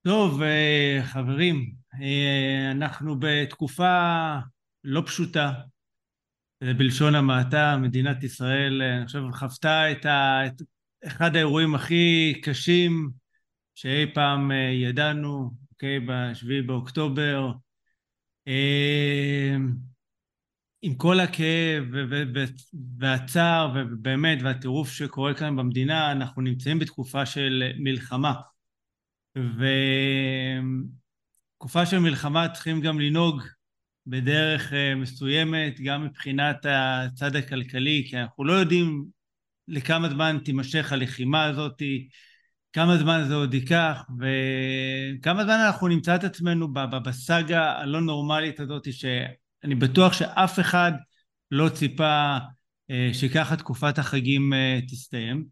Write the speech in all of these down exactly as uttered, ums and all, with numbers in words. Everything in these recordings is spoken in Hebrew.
טוב, אה, חברים, אה, אנחנו בתקופה לא פשוטה, אה, בלשון המעטה. מדינת ישראל, אה, אני חושב, חוותה את ה- את אחד האירועים הכי קשים שאי פעם אה, ידענו, אוקיי, בשביעי באוקטובר. אה, עם כל הכאב ו- ו- ו- והצער ובאמת והטירוף שקורה כאן במדינה, אנחנו נמצאים בתקופה של מלחמה. ותקופה של מלחמה צריכים גם לנהוג בדרך אה, מסוימת, גם מבחינת הצד הכלכלי, כי אנחנו לא יודעים לכמה זמן תימשך הלחימה הזאת, כמה זמן זה עוד ייקח, וכמה זמן אנחנו נמצא את עצמנו ב- ב- בסאגה הלא נורמלית הזאת, שאני בטוח שאף אחד לא ציפה אה, שככה תקופת החגים אה, תסתיים.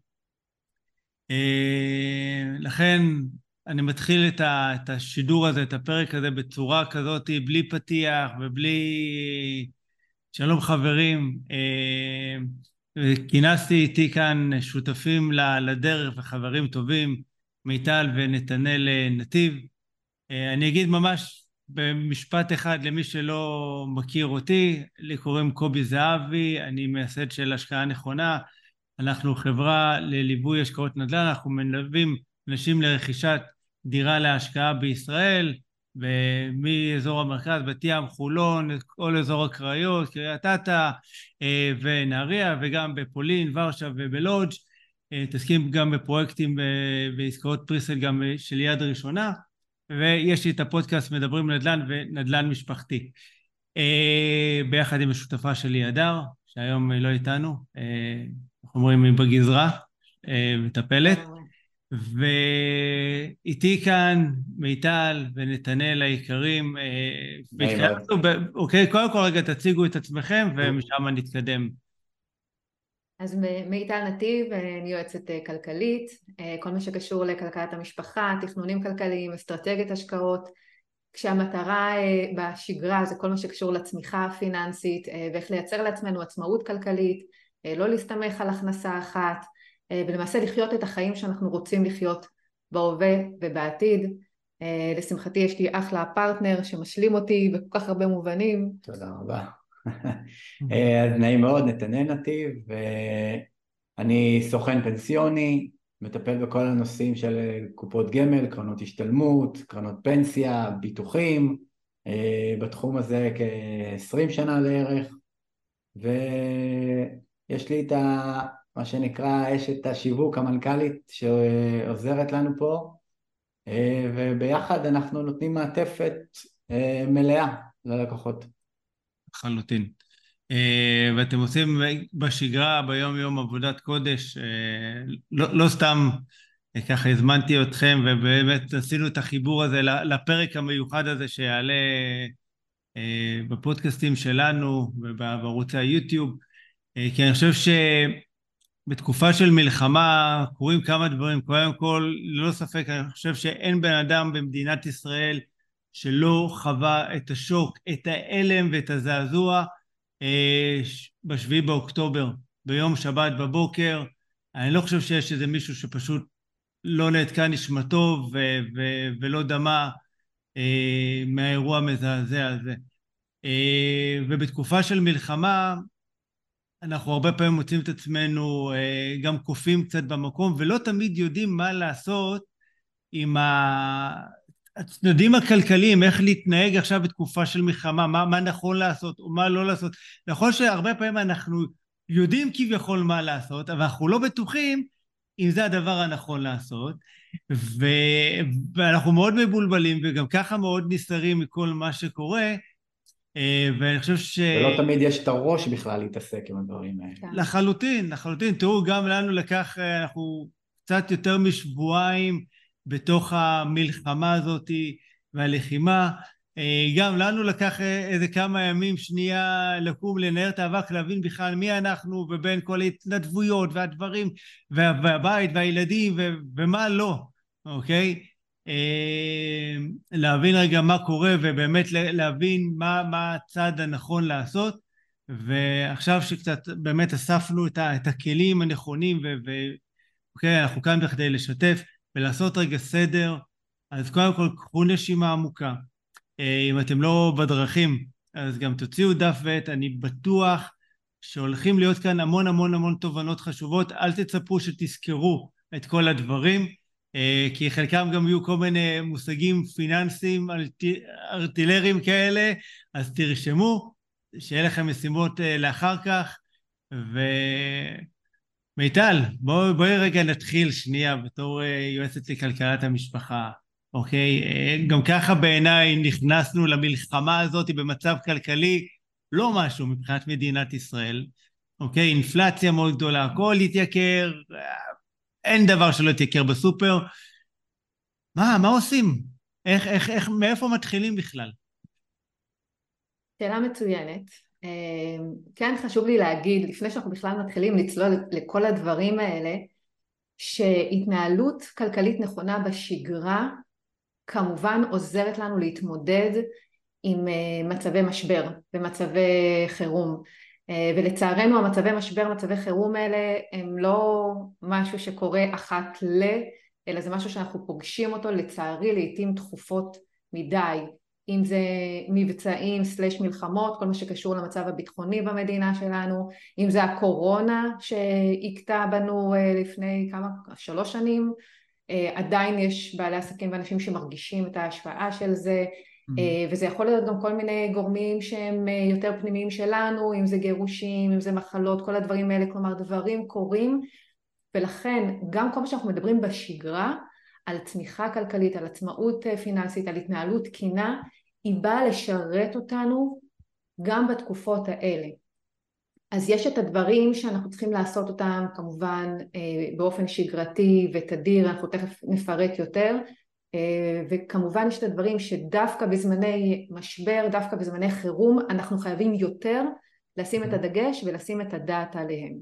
אה, לכן אני מתחיל את ה- את השידור הזה, את הפרק הזה, בצורה כזאת, בלי פתיח ובלי שלום חברים. אה, כינסתי איתי כאן שותפים ל- לדרך וחברים טובים, מיטל ונתנאל אה, נתיב. אה, אני אגיד ממש במשפט אחד למי שלא מכיר אותי: לי קוראים קובי זהבי, אני מייסד של השקעה נכונה. אנחנו חברה לליווי השקעות נדל"ן, אנחנו מלווים אנשים לרכישת דירה להשקעה בישראל, ומאזור המרכז, בת ים, חולון, כל אזור הקריות, קריית אתא אה, ונהריה, וגם בפולין, ורשה ובלודג'. אה, מתעסקים גם בפרויקטים אה, בעסקאות פריסל גם אה, של יד ראשונה, ויש לי את הפודקאסט מדברים נדל"ן ונדל"ן משפחתי. אה, ביחד עם השותפה שלי הדר, שהיום לא איתנו, אה, אנחנו אומרים היא בגזרה, אה, מטפלת. לגמרי. ואיתי כאן מיטל ונתנאל היקרים, אה, נעים מאוד. והתחילנו, ב- אוקיי, קודם כל רגע תציגו את עצמכם ומשם נתקדם. אז מ- מיטל נתיב, אה, אני יועצת אה, כלכלית, אה, כל מה שקשור לכלכלת המשפחה, תכנונים כלכליים, אסטרטגיית השקעות, כשהמטרה אה, בשגרה זה כל מה שקשור לצמיחה הפיננסית אה, ואיך לייצר לעצמנו עצמאות כלכלית, אה, לא להסתמך על הכנסה אחת, אה, ולמעשה לחיות את החיים שאנחנו רוצים לחיות בהווה ובעתיד. אה, לשמחתי יש לי אחלה פרטנר שמשלים אותי בכל כך הרבה מובנים. תודה רבה. אה, אז נעים מאוד, נתנאל נתיב, ואני סוכן פנסיוני, מטפל בכל הנושאים של קופות גמל, קרנות השתלמות, קרנות פנסיה, ביטוחים, אה, בתחום הזה כ-עשרים שנה לערך, ויש לי את ה... מה שנקרא אשת השיווק המנכ"לית שעוזרת לנו פה, אה, וביחד אנחנו נותנים מעטפת אה, מלאה ללקוחות. לחלוטין. אה, ואתם עושים בשגרה, ביום יום, עבודת קודש. אה, לא, לא סתם אה, ככה הזמנתי אתכם, ובאמת עשינו את החיבור הזה ל- לפרק המיוחד הזה שיעלה אה, בפודקאסטים שלנו ובערוצי היוטיוב. אה, כי אני חושב שבתקופה של מלחמה קורים כמה דברים. קודם כל, ללא ספק, אני חושב שאין בן אדם במדינת ישראל שלא חווה את השוק, את ההלם ואת הזעזוע אה, ש- בשביעי באוקטובר, ביום שבת בבוקר. אני לא חושב שיש איזה מישהו שפשוט לא נעתקה נשמתו ו- ו- ולא דמה אה, מהאירוע המזעזע הזה. אה, ובתקופה של מלחמה אנחנו הרבה פעמים מוצאים את עצמנו אה, גם קופים קצת במקום, ולא תמיד יודעים מה לעשות עם ה... הצדדים הכלכליים, איך להתנהג עכשיו בתקופה של מלחמה, מה, מה נכון לעשות או מה לא לעשות. נכון שהרבה פעמים אנחנו יודעים כביכול מה לעשות, אבל אנחנו לא בטוחים אם זה הדבר הנכון לעשות, ו... ואנחנו מאוד מבולבלים וגם ככה מאוד נסערים מכל מה שקורה. אה, ואני חושב ש... ולא תמיד יש את הראש בכלל להתעסק עם הדברים האלה. כן. לחלוטין, לחלוטין. תראו, גם לנו לקח, אה, אנחנו קצת יותר משבועיים בתוך המלחמה הזאת והלחימה. אה, גם לנו לקח אה, איזה כמה ימים שנייה לקום, לנער את האבק, להבין בכלל מי אנחנו, ובין כל ההתנדבויות והדברים, וה- והבית והילדים ו- ומה לא, אוקיי? אה, להבין רגע מה קורה, ובאמת ל- להבין מה, מה הצעד הנכון לעשות. ועכשיו שקצת באמת אספנו את, ה, את הכלים הנכונים, ו, ו, אוקיי, אנחנו כאן בכדי לשתף ולעשות רגע סדר אז קודם כל, קחו נשימה עמוקה. אם אתם לא בדרכים, אז גם תוציאו דף ועט. אני בטוח שהולכים להיות כאן המון המון המון תובנות חשובות. אל תצפו שתזכרו את כל הדברים, כי חלקם גם יהיו כל מיני מושגים פיננסיים, ארטילריים כאלה, אז תרשמו, שיהיה לכם משימות לאחר כך. ומיטל, בואי בוא רגע נתחיל שנייה בתור יועצת לכלכלת המשפחה. אוקיי, גם ככה בעיניי נכנסנו למלחמה הזאת במצב כלכלי לא משהו מבחינת מדינת ישראל. אוקיי, אינפלציה מאוד גדולה, הכל יתייקר, אין דבר שלא יתייקר בסופר. מה, מה עושים? איך, איך, איך, מאיפה מתחילים בכלל? שאלה מצוינת. כן, חשוב לי להגיד, לפני שאנחנו בכלל מתחילים לצלול לכל הדברים האלה, שהתנהלות כלכלית נכונה בשגרה, כמובן עוזרת לנו להתמודד עם מצבי משבר ומצבי חירום. ולצערנו המצבי משבר, מצבי חירום האלה, הם לא משהו שקורה אחת ל, אלא זה משהו שאנחנו פוגשים אותו לצערי לעתים תכופות מדי. אם זה מבצעים סלש מלחמות, כל מה שקשור למצב הביטחוני במדינה שלנו, אם זה הקורונה שהכתה בנו לפני כמה, שלוש שנים, עדיין יש בעלי עסקים ואנשים שמרגישים את ההשפעה של זה, וזה יכול להיות גם כל מיני גורמים שהם יותר פנימיים שלנו, אם זה גירושים, אם זה מחלות, כל הדברים האלה, כלומר דברים קורים, ולכן גם כל מה שאנחנו מדברים בשגרה, על צמיחה כלכלית, על עצמאות פיננסית, על התנהלות תקינה, היא באה לשרת אותנו גם בתקופות האלה. אז יש את הדברים שאנחנו צריכים לעשות אותם כמובן באופן שגרתי ותדיר, אנחנו תכף נפרט יותר, וכמובן יש את הדברים שדווקא בזמני משבר, דווקא בזמני חירום, אנחנו חייבים יותר לשים את הדגש ולשים את הדעת עליהם.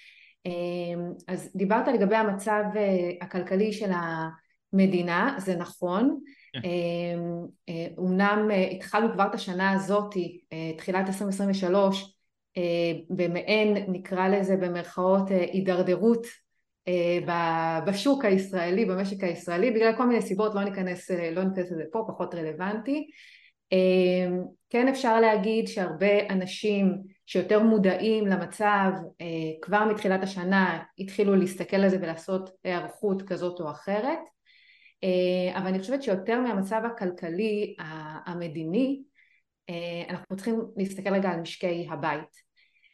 אז דיברת לגבי המצב הכלכלי של המדינה, זה נכון, אומנם התחלנו כבר את השנה הזאת, תחילת עשרים עשרים ושלוש, במעין נקרא לזה במרכאות הידרדרות בשוק הישראלי, במשק הישראלי, בגלל כל מיני סיבות, לא ניכנס, לא ניכנס לזה פה, פחות רלוונטי. כן אפשר להגיד שהרבה אנשים שיותר מודעים למצב כבר מתחילת השנה התחילו להסתכל על זה ולעשות הערכות כזאת או אחרת, אבל אני חושבת שיותר מהמצב הכלכלי המדיני אנחנו צריכים להסתכל רגע על משקי הבית,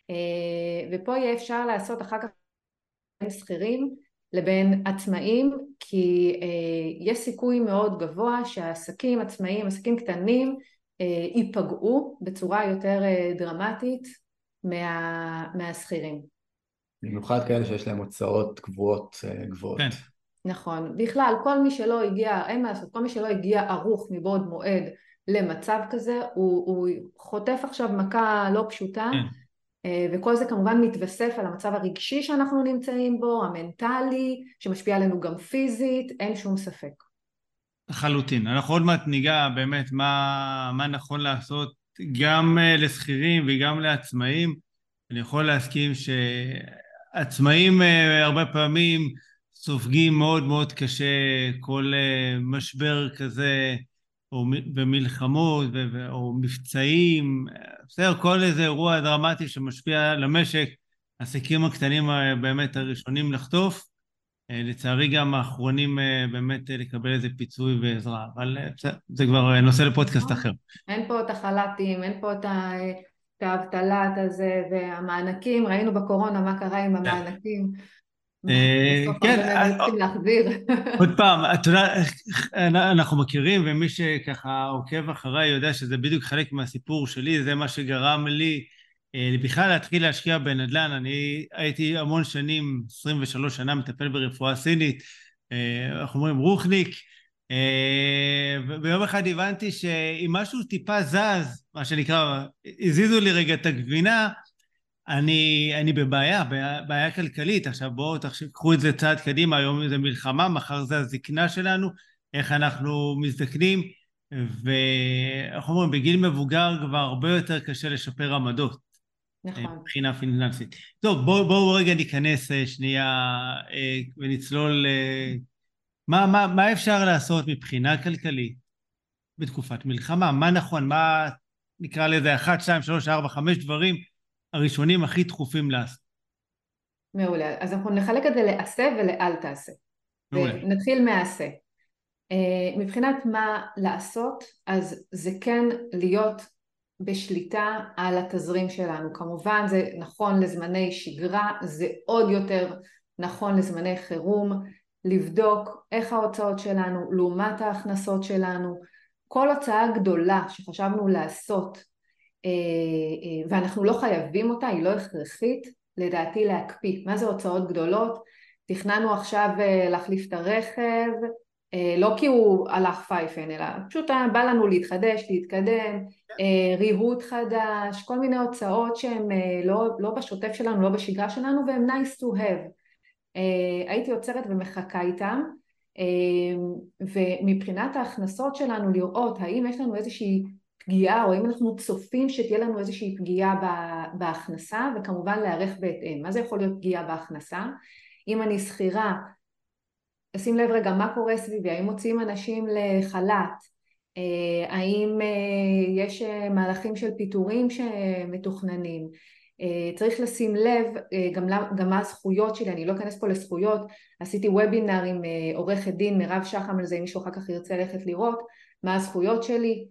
ופה יהיה אפשר לעשות אחר כך בין שכירים לבין עצמאים, כי יש סיכוי מאוד גבוה שהעסקים עצמאים, עסקים קטנים, ייפגעו בצורה יותר דרמטית מה, מהשכירים. במיוחד כאלה שיש להם הוצאות קבועות גבוהות. כן. נכון. בכלל, כל מי שלא הגיע, אין מה לעשות, כל מי שלא הגיע ערוך מבעוד מועד למצב כזה, הוא, הוא חוטף עכשיו מכה לא פשוטה, כן. וכל זה כמובן מתווסף על המצב הרגשי שאנחנו נמצאים בו, המנטלי, שמשפיע עלינו גם פיזית, אין שום ספק. לחלוטין. אנחנו עוד מעט ניגע באמת מה, מה נכון לעשות גם לשכירים וגם לעצמאים. אני יכול להסכים שעצמאים הרבה פעמים סופגים מאוד מאוד קשה כל משבר כזה, או במלחמות או מבצעים, בסדר, כל איזה אירוע דרמטי שמשפיע על המשק, העסקים הקטנים באמת הראשונים לחטוף, לצערי גם האחרונים באמת לקבל איזה פיצוי ועזרה, אבל זה כבר נושא לפודקאסט אחר. אין פה את החל"תים, אין פה את האבטלה הזה והמענקים, ראינו בקורונה מה קרה עם המענקים. כן, עוד פעם, אתה יודע, אנחנו מכירים, ומי שככה עוקב אחריי יודע שזה בדיוק חלק מהסיפור שלי, זה מה שגרם לי בכלל להתחיל להשקיע בנדל"ן. אני הייתי המון שנים, עשרים ושלוש שנה, מטפל ברפואה סינית, אנחנו אומרים רוחניק, וביום אחד הבנתי שאם משהו טיפה זז, מה שנקרא, הזיזו לי רגע את הגבינה, אני, אני בבעיה, בעיה, בעיה כלכלית. עכשיו בואו תקחו את זה צעד קדימה, היום זה מלחמה, מחר זה הזקנה שלנו, איך אנחנו מזדקנים, ואנחנו אומרים, בגיל מבוגר כבר הרבה יותר קשה לשפר עמדות. נכון. מבחינה פיננסית. טוב, בואו בוא רגע ניכנס שנייה ונצלול מה, מה, מה אפשר לעשות מבחינה כלכלית בתקופת מלחמה? מה נכון? מה נקרא לזה אחת, שתיים, שלוש, ארבע, חמש דברים הראשונים הכי דחופים לעשות? מעולה. אז אנחנו נחלק את זה לעשה ולאל תעשה. מעולה. ונתחיל מעשה. מבחינת מה לעשות, אז זה כן להיות בשליטה על התזרים שלנו. כמובן זה נכון לזמני שגרה, זה עוד יותר נכון לזמני חירום, לבדוק איך ההוצאות שלנו לעומת ההכנסות שלנו. כל הוצאה גדולה שחשבנו לעשות ואנחנו לא חייבים אותה, היא לא הכרחית, לדעתי להקפיא. מה זה הוצאות גדולות? תכננו עכשיו להחליף את הרכב, לא כי הוא הלך פייפן, אלא פשוט בא לנו להתחדש, להתקדם, ריהוט חדש, כל מיני הוצאות שהן לא, לא בשוטף שלנו, לא בשגרה שלנו, והן nice to have. הייתי עוצרת ומחכה איתם, ומבחינת ההכנסות שלנו לראות האם יש לנו איזושהי פגיעה, או אם אנחנו צופים שתהיה לנו איזושהי פגיעה בהכנסה, וכמובן להיערך בהתאם. מה זה יכול להיות פגיעה בהכנסה? אם אני שכירה, לשים לב רגע מה קורה סביבי, האם מוציאים אנשים לחל"ת, האם יש מהלכים של פיטורים שמתוכננים, צריך לשים לב גם, גם מה הזכויות שלי, אני לא אכנס פה לזכויות, עשיתי וובינר עם עורכת דין מירב שחם על זה, אם מישהו אחר כך ירצה ללכת לראות מה הזכויות שלי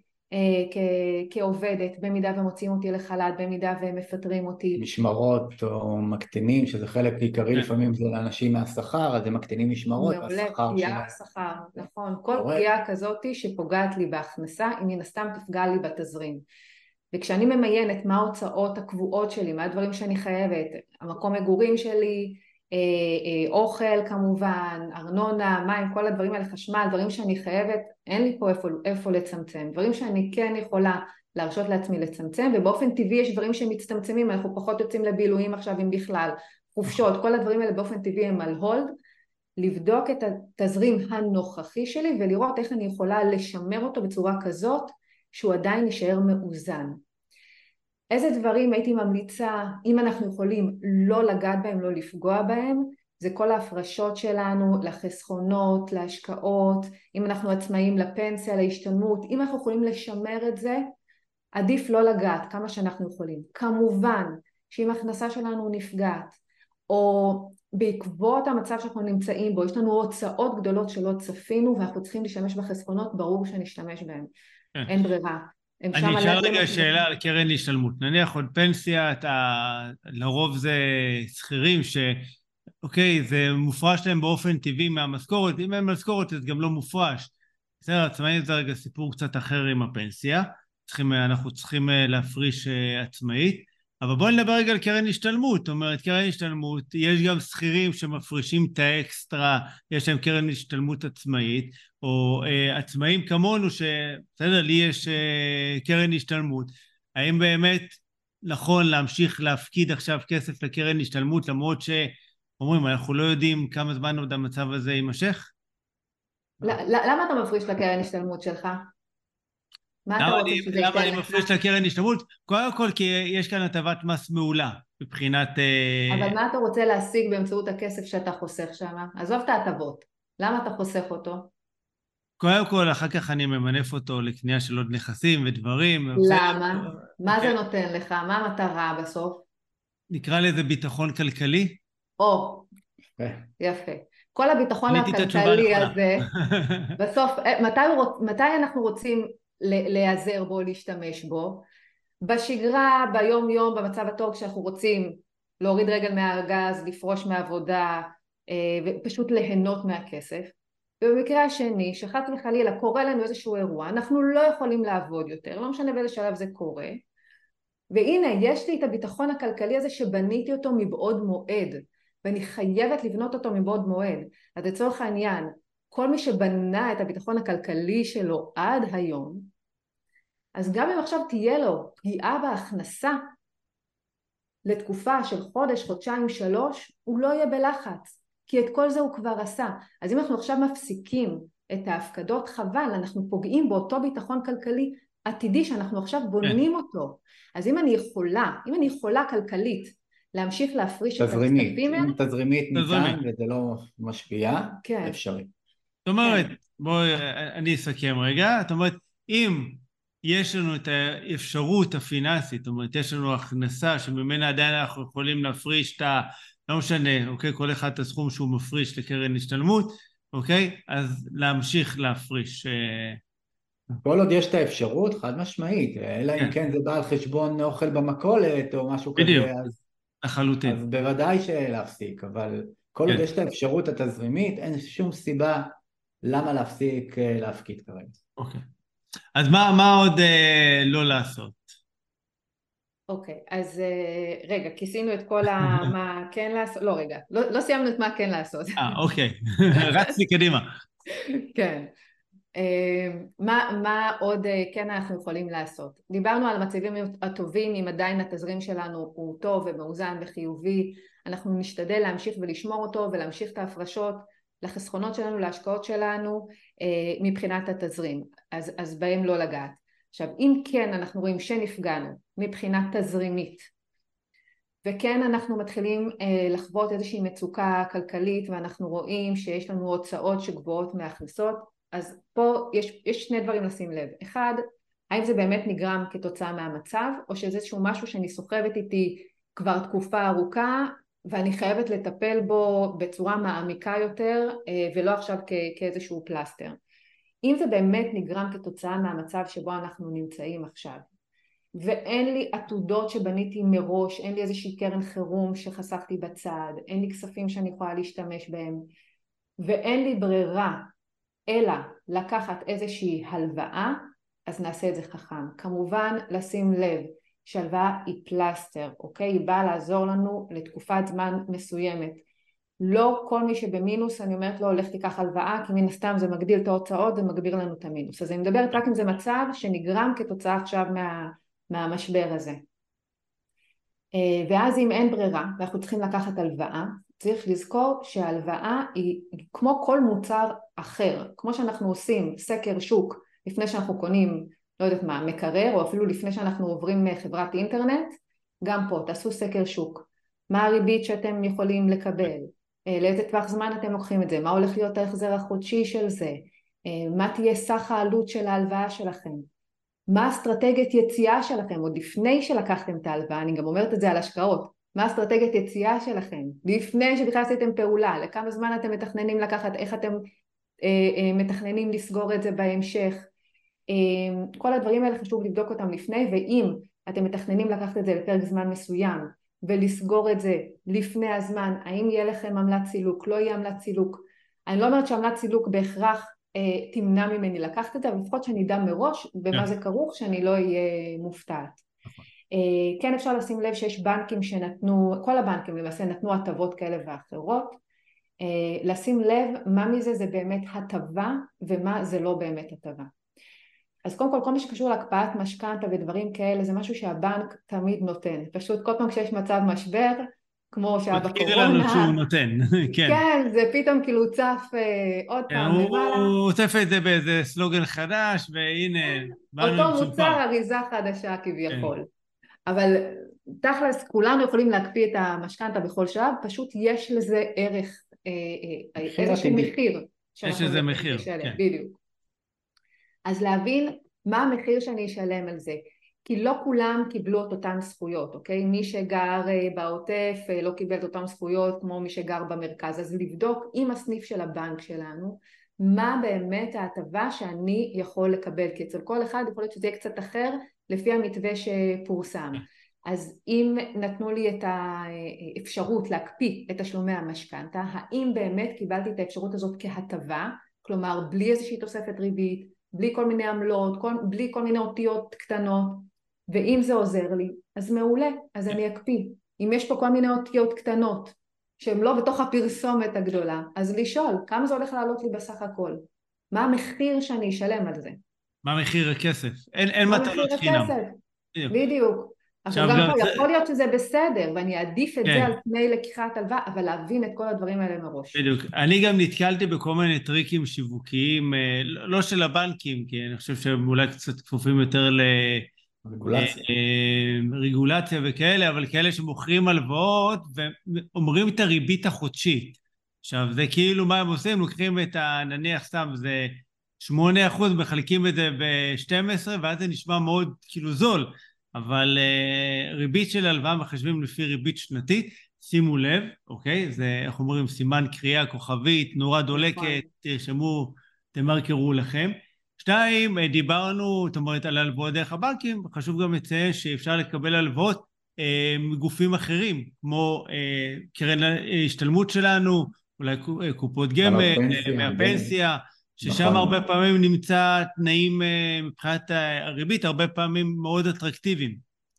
כעובדת, במידה ומוציאים אותי לחל"ת, במידה ומפטרים אותי. משמרות או מקטינים, שזה חלק עיקרי לפעמים זה לאנשים מהשכר, אז הם מקטינים משמרות, מעולה, השכר פגיעה בשכר, נכון. כל פגיעה כזאת שפוגעת לי בהכנסה, היא מן הסתם תפגע לי בתזרים. וכשאני ממיינת מה ההוצאות הקבועות שלי, מה הדברים שאני חייבת, המקום מגורים שלי, אוכל כמובן, ארנונה, מים, כל הדברים האלה, חשמל, דברים שאני חייבת, אין לי פה איפה, איפה לצמצם. דברים שאני כן יכולה להרשות לעצמי לצמצם, ובאופן טבעי יש דברים שמצטמצמים, אנחנו פחות יוצאים לבילויים עכשיו אם בכלל, חופשות, כל הדברים האלה באופן טבעי הם על הולד, לבדוק את התזרים הנוכחי שלי ולראות איך אני יכולה לשמר אותו בצורה כזאת שהוא עדיין יישאר מאוזן. איזה דברים הייתי ממליצה, אם אנחנו יכולים לא לגעת בהם, לא לפגוע בהם, זה כל ההפרשות שלנו לחסכונות, להשקעות, אם אנחנו עצמאים לפנסיה, להשתלמות, אם אנחנו יכולים לשמר את זה, עדיף לא לגעת כמה שאנחנו יכולים. כמובן שאם ההכנסה שלנו נפגעת, או בעקבות המצב שאנחנו נמצאים בו, יש לנו הוצאות גדולות שלא צפינו, ואנחנו צריכים להשתמש בחסכונות, ברור שנשתמש בהם. אין ברירה. אני אשאר רגע שאלה על קרן השתלמות. נניח עוד פנסיה, אתה, לרוב זה שכירים ש... אוקיי, זה מופרש להם באופן טבעי מהמשכורת, אם אין משכורת אז גם לא מופרש. בסדר, עצמאית זה רגע סיפור קצת אחר עם הפנסיה, צריכים, אנחנו צריכים להפריש עצמאית, אבל בואו נדבר רגע על קרן השתלמות. זאת אומרת, קרן השתלמות, יש גם שכירים שמפרישים את האקסטרה, יש להם קרן השתלמות עצמאית, או uh, עצמאים כמונו, שבסדר, לי יש uh, קרן השתלמות. האם באמת נכון להמשיך להפקיד עכשיו כסף לקרן השתלמות, למרות שאומרים, אנחנו לא יודעים כמה זמן עוד המצב הזה יימשך? למה אתה מפריש לקרן השתלמות שלך? מה אתה רוצה שזה ייתן לך? למה אני מפריש לקרן השתלמות? קודם כל כי יש כאן הטבת מס מעולה, מבחינת... אבל מה אתה רוצה להשיג באמצעות הכסף שאתה חוסך שם? עזוב את ההטבות. למה אתה חוסך אותו? קודם כל, אחר כך אני ממנף אותו לקנייה של עוד נכסים ודברים. למה? מה זה נותן לך? מה המטרה בסוף? נקרא לזה ביטחון כלכלי. או, יפה. כל הביטחון הכלכלי הזה, בסוף, מתי אנחנו רוצים להיעזר בו, להשתמש בו? בשגרה, ביום יום, במצב הטוב, כשאנחנו רוצים להוריד רגל מהגז, לפרוש מעבודה, ופשוט ליהנות מהכסף. ובמקרה השני, שחס וחלילה קורה לנו איזשהו אירוע, אנחנו לא יכולים לעבוד יותר, לא משנה באיזה שלב זה קורה, והנה יש לי את הביטחון הכלכלי הזה שבניתי אותו מבעוד מועד, ואני חייבת לבנות אותו מבעוד מועד. אז לצורך העניין, כל מי שבנה את הביטחון הכלכלי שלו עד היום, אז גם אם עכשיו תהיה לו פגיעה בהכנסה לתקופה של חודש, חודשיים, שלוש, הוא לא יהיה בלחץ, כי את כל זה הוא כבר עשה. אז אם אנחנו עכשיו מפסיקים את ההפקדות, חבל, אנחנו פוגעים באותו ביטחון כלכלי עתידי שאנחנו עכשיו בונים אותו. אז אם אני יכולה, אם אני יכולה כלכלית להמשיך להפריש את הכספים האלה, תזרימית ניתן וזה לא משפיע, אפשרי. זאת אומרת, בואי, אני אסכם רגע, זאת אומרת, אם יש לנו את האפשרות הפיננסית, זאת אומרת, יש לנו הכנסה שממנה עדיין אנחנו יכולים להפריש את ה... לא משנה, אוקיי, כל אחד את הסכום שהוא מפריש לקרן השתלמות, אוקיי, אז להמשיך להפריש. כל עוד יש את האפשרות, חד משמעית, אלא אם כן, כן זה בא על חשבון אוכל במכולת או משהו בדיוק, כזה, אז, לחלוטין. אז בוודאי שלהפסיק, אבל כל עוד כן, יש את האפשרות התזרימית, אין שום סיבה למה להפסיק אה, להפקיד כרגע. אוקיי. אז מה, מה עוד אה, לא לעשות? אוקיי, אז אה, רגע, כיסינו את כל ה... מה כן לעשות, לא רגע, לא, לא סיימנו את מה כן לעשות. אה, אוקיי, רצתי קדימה. כן. אה, מה, מה עוד אה, כן אנחנו יכולים לעשות? דיברנו על המצבים הטובים, אם עדיין התזרים שלנו הוא טוב ומאוזן וחיובי, אנחנו נשתדל להמשיך ולשמור אותו ולהמשיך את ההפרשות לחסכונות שלנו, להשקעות שלנו, אה, מבחינת התזרים, אז, אז בהם לא לגעת. עכשיו, אם כן אנחנו רואים שנפגענו מבחינה תזרימית, וכן אנחנו מתחילים אה, לחוות איזושהי מצוקה כלכלית, ואנחנו רואים שיש לנו הוצאות שגבוהות מהכנסות, אז פה יש, יש שני דברים לשים לב. אחד, האם זה באמת נגרם כתוצאה מהמצב, או שזה איזשהו משהו שאני סוחבת איתי כבר תקופה ארוכה, ואני חייבת לטפל בו בצורה מעמיקה יותר, אה, ולא עכשיו כ, כאיזשהו פלסטר. אם זה באמת נגרם כתוצאה מהמצב שבו אנחנו נמצאים עכשיו, ואין לי עתודות שבניתי מראש, אין לי איזושהי קרן חירום שחסכתי בצד, אין לי כספים שאני יכולה להשתמש בהם, ואין לי ברירה אלא לקחת איזושהי הלוואה, אז נעשה את זה חכם. כמובן לשים לב שהלוואה היא פלסטר, אוקיי? היא באה לעזור לנו לתקופת זמן מסוימת. לא כל מי שבמינוס אני אומרת לו הולך תיקח הלוואה, כי מן הסתם זה מגדיל את ההוצאות ומגביר לנו את המינוס. אז אני מדברת רק אם זה מצב שנגרם כתוצאה עכשיו מה, מהמשבר הזה. ואז אם אין ברירה ואנחנו צריכים לקחת הלוואה, צריך לזכור שההלוואה היא כמו כל מוצר אחר. כמו שאנחנו עושים סקר שוק לפני שאנחנו קונים, לא יודעת מה, מקרר, או אפילו לפני שאנחנו עוברים חברת אינטרנט, גם פה תעשו סקר שוק. מה הריבית שאתם יכולים לקבל? לאיזה טווח זמן אתם לוקחים את זה? מה הולך להיות ההחזר החודשי של זה? מה תהיה סך העלות של ההלוואה שלכם? מה אסטרטגיית יציאה שלכם? עוד לפני שלקחתם את ההלוואה, אני גם אומרת את זה על השקעות. מה אסטרטגיית יציאה שלכם? לפני שבכלל עשיתם פעולה, לכמה זמן אתם מתכננים לקחת, איך אתם אה, אה, מתכננים לסגור את זה בהמשך? אה, כל הדברים האלה חשוב לבדוק אותם לפני, ואם אתם מתכננים לקחת את זה לפרק זמן מסוים, ולסגור את זה לפני הזמן, האם יהיה לכם עמלת סילוק, לא יהיה עמלת סילוק. אני לא אומרת שעמלת סילוק בהכרח אה, תמנע ממני לקחת את זה, אבל לפחות שאני אדע מראש במה זה כרוך, שאני לא אהיה מופתעת. אה, כן אפשר לשים לב שיש בנקים שנתנו, כל הבנקים למעשה נתנו הטבות כאלה ואחרות, אה, לשים לב מה מזה זה באמת הטבה ומה זה לא באמת הטבה. אז קודם כל, כל מה שקשור להקפאת משכנתא ודברים כאלה, זה משהו שהבנק תמיד נותן. פשוט כל פעם כשיש מצב משבר, כמו שהיה בקורונה. תזכיר לנו שהוא נותן, כן. כן, זה פתאום כאילו צף אה, עוד פעם למעלה. הוא עוטף את זה באיזה סלוגן חדש, והנה, באנו עם אותו מוצר אריזה חדשה כביכול. אבל תכלס, כולנו יכולים להקפיא את המשכנתא בכל שלב, פשוט יש לזה ערך, איזשהו מחיר. יש לזה מחיר, כן. בדיוק. אז להבין מה המחיר שאני אשלם על זה, כי לא כולם קיבלו את אותן זכויות, אוקיי? מי שגר בעוטף לא קיבל את אותן זכויות כמו מי שגר במרכז, אז לבדוק עם הסניף של הבנק שלנו, מה באמת ההטבה שאני יכול לקבל, כי אצל כל אחד יכול להיות שזה יהיה קצת אחר לפי המתווה שפורסם. אז אם נתנו לי את האפשרות להקפיא את תשלומי המשכנתא, האם באמת קיבלתי את האפשרות הזאת כהטבה, כלומר בלי איזושהי תוספת ריבית, בלי כל מיני עמלות, כל, בלי כל מיני אותיות קטנות, ואם זה עוזר לי, אז מעולה, אז אני אקפיא. אם יש פה כל מיני אותיות קטנות, שהן לא בתוך הפרסומת הגדולה, אז לשאול, כמה זה הולך לעלות לי בסך הכל? מה המחיר שאני אשלם על זה? מה מחיר הכסף? אין, אין מתנות חינם. בדיוק. בדיוק. עכשיו גם פה, יכול להיות שזה בסדר, ואני אעדיף את זה על פני לקיחת הלוואה, אבל להבין את כל הדברים האלה מראש. בדיוק. אני גם נתקלתי בכל מיני טריקים שיווקיים, לא של הבנקים, כי אני חושב שהם אולי קצת כפופים יותר לרגולציה וכאלה, אבל כאלה שמוכרים הלוואות, ואומרים את הריבית החודשית, עכשיו, זה כאילו מה הם עושים, לוקחים את ה... נניח סתם, זה שמונה אחוז, מחלקים את זה ב-שתים עשרה, ואז זה נשמע מאוד כאילו זול, אבל uh, ריבית של הלוואה מחשבים לפי ריבית שנתית, שימו לב, אוקיי? זה, איך אומרים, סימן קריאה, כוכבית, נורה דולקת, תרשמו, תמרקרו לכם. שתיים, דיברנו, זאת אומרת, על הלוואות דרך הבנקים, חשוב גם לציין שאפשר לקבל הלוואות אה, מגופים אחרים, כמו אה, קרן השתלמות שלנו, אולי קופות גמל, מהפנסיה, ששם נכון. הרבה פעמים נמצא תנאים אה, מבחינת הריבית, הרבה פעמים מאוד אטרקטיביים.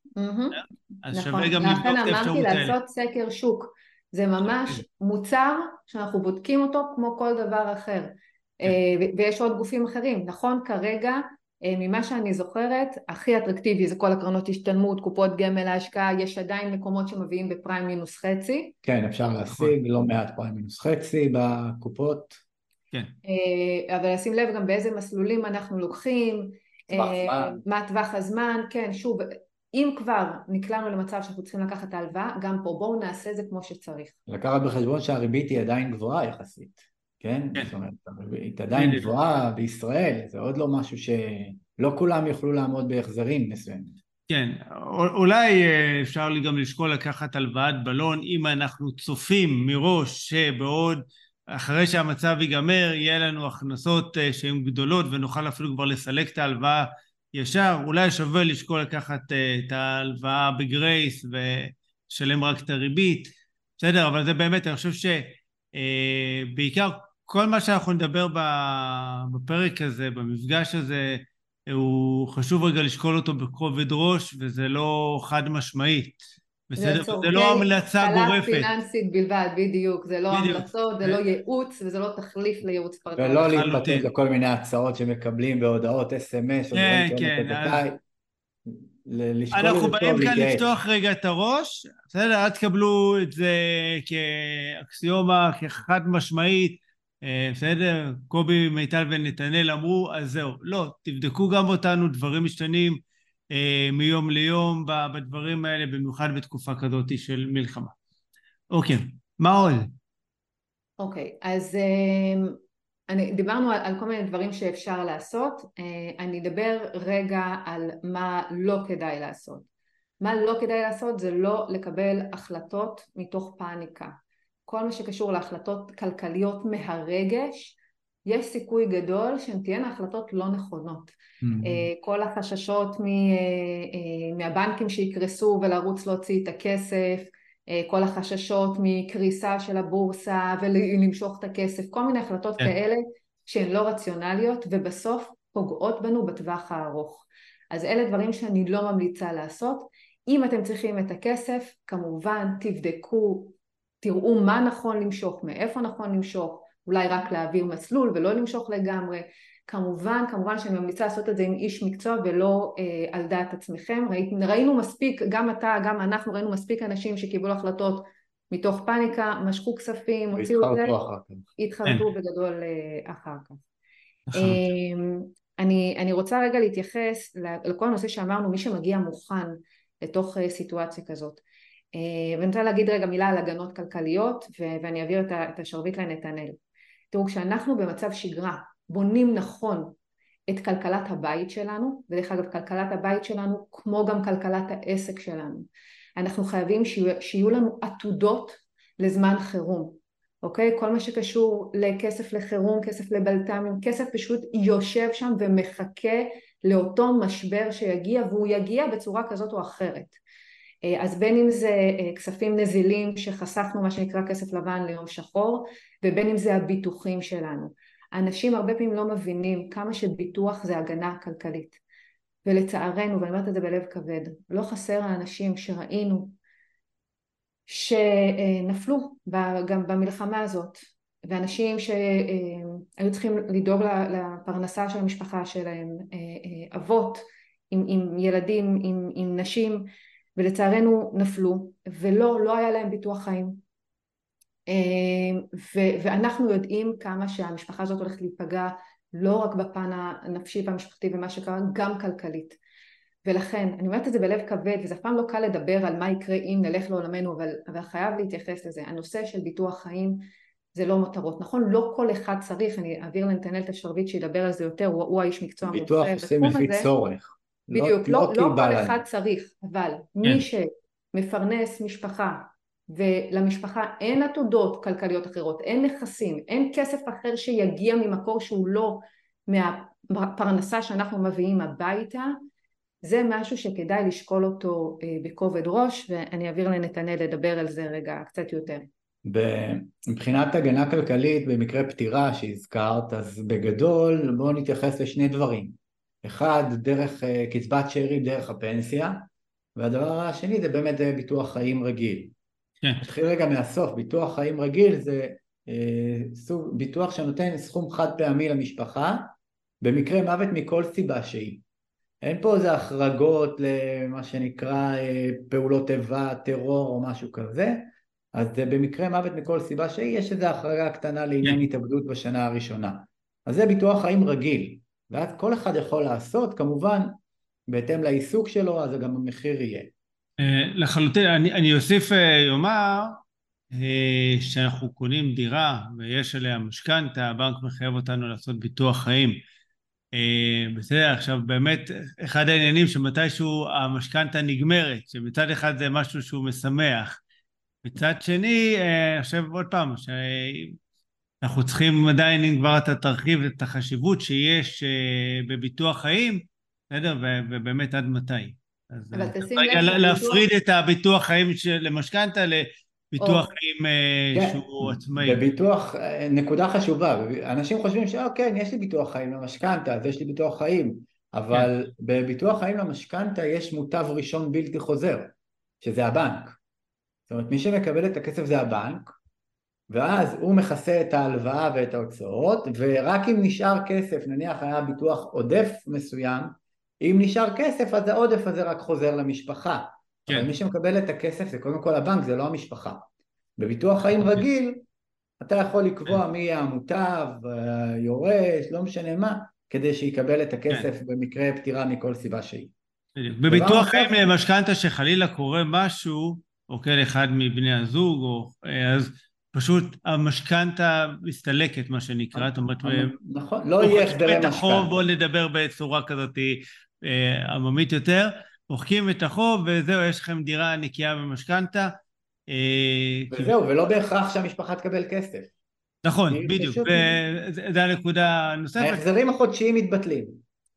אז שווה גם לבדוק את האפשרות האלה. לכן אמרתי לעשות סקר שוק. זה ממש מוצר שאנחנו בודקים אותו כמו כל דבר אחר. ויש עוד גופים אחרים. נכון, כרגע, ממה שאני זוכרת, הכי אטרקטיבי זה כל הקרנות השתלמות, קופות גמל להשקעה, יש עדיין מקומות שמביאים בפריים מינוס חצי. כן, אפשר להשיג לא מעט פריים מינוס חצי בקופות. כן. אבל לשים לב גם באיזה מסלולים אנחנו לוקחים, מה טווח הזמן, כן, שוב, אם כבר נקלענו למצב שאנחנו צריכים לקחת ההלוואה, גם פה בואו נעשה זה כמו שצריך. לקחת בחשבון שהריבית היא עדיין גבוהה יחסית, כן? זאת אומרת, הריבית עדיין גבוהה בישראל, זה עוד לא משהו שלא כולם יוכלו לעמוד בהחזרים מסוימים. כן, אולי אפשר לי גם לשקול לקחת הלוואת בלון, אם אנחנו צופים מראש שבעוד, אחרי שהמצב ייגמר, יהיה לנו הכנסות שהן גדולות, ונוכל אפילו כבר לסלק את ההלוואה ישר, אולי שווה לשקול לקחת את ההלוואה בגרייס, ושלם רק את הריבית, בסדר, אבל זה באמת, אני חושב שבעיקר כל מה שאנחנו נדבר בפרק הזה, במפגש הזה, הוא חשוב רגע לשקול אותו בכובד ראש, וזה לא חד משמעית. בסדר? זה לא המלצה גורפת. השכלה פיננסית בלבד, בדיוק. זה לא המלצות, זה לא ייעוץ, וזה לא תחליף לייעוץ פרטי. ולא להתפתות לכל מיני הצעות שמקבלים בהודעות אס אם אס, או דברים כאלה. אנחנו באים כאן לפתוח רגע את הראש, בסדר? אל תקבלו את זה כאקסיומה, כחד משמעית, בסדר? קובי, מיטל ונתנאל אמרו, אז זהו. לא, תבדקו גם אותנו, דברים משתנים מיום ליום בדברים האלה, במיוחד בתקופה כזאת של מלחמה. אוקיי, מה עוד? אוקיי, אז אני, דיברנו על, על כל מיני דברים שאפשר לעשות, אני אדבר רגע על מה לא כדאי לעשות. מה לא כדאי לעשות זה לא לקבל החלטות מתוך פאניקה. כל מה שקשור להחלטות כלכליות מהרגש, יש סיכוי גדול שהן תהיינה החלטות לא נכונות. Mm-hmm. כל החששות מהבנקים שיקרסו ולרוץ להוציא את הכסף, כל החששות מקריסה של הבורסה ולמשוך את הכסף, כל מיני החלטות yeah. כאלה שהן לא רציונליות ובסוף פוגעות בנו בטווח הארוך. אז אלה דברים שאני לא ממליצה לעשות. אם אתם צריכים את הכסף, כמובן תבדקו, תראו מה נכון למשוך, מאיפה נכון למשוך, אולי רק להעביר מסלול ולא למשוך לגמרי. כמובן, כמובן שאני ממליצה לעשות את זה עם איש מקצוע ולא אה, על דעת עצמכם. ראי, ראינו מספיק, גם אתה, גם אנחנו ראינו מספיק אנשים שקיבלו החלטות מתוך פאניקה, משכו כספים, הוציאו את זה, התחרטו בגדול אה, אחר כך. אה, אני, אני רוצה רגע להתייחס לכל הנושא שאמרנו, מי שמגיע מוכן לתוך אה, סיטואציה כזאת. ואני רוצה להגיד רגע מילה על הגנות כלכליות, ואני אעביר את השרביט לנתנאל. תראו, כשאנחנו במצב שגרה, בונים נכון את כלכלת הבית שלנו, ודרך אגב, כלכלת הבית שלנו, כמו גם כלכלת העסק שלנו, אנחנו חייבים שיהיו, שיהיו לנו עתודות לזמן חירום, אוקיי? כל מה שקשור לכסף לחירום, כסף לבלת"מים, כסף פשוט יושב שם ומחכה לאותו משבר שיגיע, והוא יגיע בצורה כזאת או אחרת. אז בין אם זה כספים נזילים שחסכנו מה שנקרא כסף לבן ליום שחור, ובין אם זה הביטוחים שלנו. אנשים הרבה פעמים לא מבינים כמה שביטוח זה הגנה כלכלית. ולצערנו, ואני אומרת את זה בלב כבד, לא חסר האנשים שראינו שנפלו גם במלחמה הזאת, ואנשים שהיו צריכים לדאוג לפרנסה של המשפחה שלהם, אבות עם, עם ילדים, עם, עם נשים, ולצערנו נפלו, ולא, לא היה להם ביטוח חיים. ו- ואנחנו יודעים כמה שהמשפחה הזאת הולכת להיפגע, לא רק בפן הנפשי והמשפחתי ומה שקרה, גם כלכלית. ולכן, אני אומרת את זה בלב כבד, וזה אף פעם לא קל לדבר על מה יקרה אם נלך לעולמנו, אבל, אבל חייב להתייחס לזה. הנושא של ביטוח חיים זה לא מותרות, נכון? לא כל אחד צריך, אני אעביר לנתנאל את השרביט שידבר על זה יותר, הוא, הוא האיש מקצוע ביטוח עושים לפי צורך. בדיוק, לא, לא, לא, לא לא כל להם. אחד צריך, אבל כן. מי שמפרנס משפחה, ולמשפחה אין עתודות כלכליות אחרות, אין נכסים, אין כסף אחר שיגיע ממקור שהוא לא מהפרנסה שאנחנו מביאים הביתה, זה משהו שכדאי לשקול אותו בכובד ראש, ואני אעביר לנתנאל לדבר על זה רגע קצת יותר. מבחינת הגנה כלכלית במקרה פטירה שהזכרת, אז בגדול בואו נתייחס לשני דברים. אחד, דרך קצבת שאירים, דרך הפנסיה, והדבר השני זה באמת ביטוח חיים רגיל. כן. נתחיל רגע מהסוף. ביטוח חיים רגיל זה אה, סוג ביטוח שנותן סכום חד פעמי למשפחה במקרה מוות מכל סיבה שהיא. אין פה איזה החרגות למה שנקרא אה, פעולות איבה, טרור או משהו כזה. אז במקרה מוות מכל סיבה שהיא יש איזו החרגה קטנה לעניין התאבדות בשנה הראשונה. אז זה ביטוח חיים רגיל, ואז כל אחד יכול לעשות, כמובן בהתאם לעיסוק שלו, אז גם המחיר יהיה. לחלוטין, אני, אני אוסיף יאמר שאנחנו קונים דירה ויש עליה משכנתה, הבנק מחייב אותנו לעשות ביטוח חיים. בסדר, עכשיו באמת אחד העניינים שמתישהו המשכנתה נגמרת, שמצד אחד זה משהו שהוא משמח, מצד שני, עכשיו עוד פעם, שאנחנו צריכים עדיין, אם כבר אתה תרחיב את החשיבות שיש בביטוח חיים, בסדר, ובאמת עד מתי. אבל תשים לב להפריד את הביטוח חיים למשכנתה לביטוח חיים שהוא עצמאי. בביטוח, נקודה חשובה, אנשים חושבים שאוקיי, יש לי ביטוח חיים למשכנתה, אז יש לי ביטוח חיים, אבל בביטוח חיים למשכנתה יש מוטב ראשון בלתי חוזר, שזה הבנק. זאת אומרת, מי שמקבל את הכסף זה הבנק, ואז הוא מכסה את ההלוואה ואת ההוצאות, ורק אם נשאר כסף, נניח היה ביטוח עודף מסוים, אם נשאר כסף, אז העודף הזה רק חוזר למשפחה. כן. אבל מי שמקבל את הכסף זה קודם כל הבנק, זה לא המשפחה. בביטוח חיים רגיל, אתה יכול לקבוע מי יהיה המוטב, יורש, לא משנה מה, כדי שיקבל את הכסף כן. במקרה פטירה מכל סיבה שהיא. בביטוח חיים למשכנתה שחלילה קורה משהו, או כן אחד מבני הזוג, או, אז פשוט המשכנתה מסתלקת, מה שנקרא, זאת אומרת, נכון, לא יהיה החזרי משכנתה. בואו נדבר בצורה כזאת עממית יותר, מוחקים את החוב וזהו, יש לכם דירה נקייה במשכנתה. וזהו, ולא בהכרח שהמשפחה תקבל כסף. נכון, בדיוק, וזו הנקודה הנוספת. ההחזרים החודשיים מתבטלים.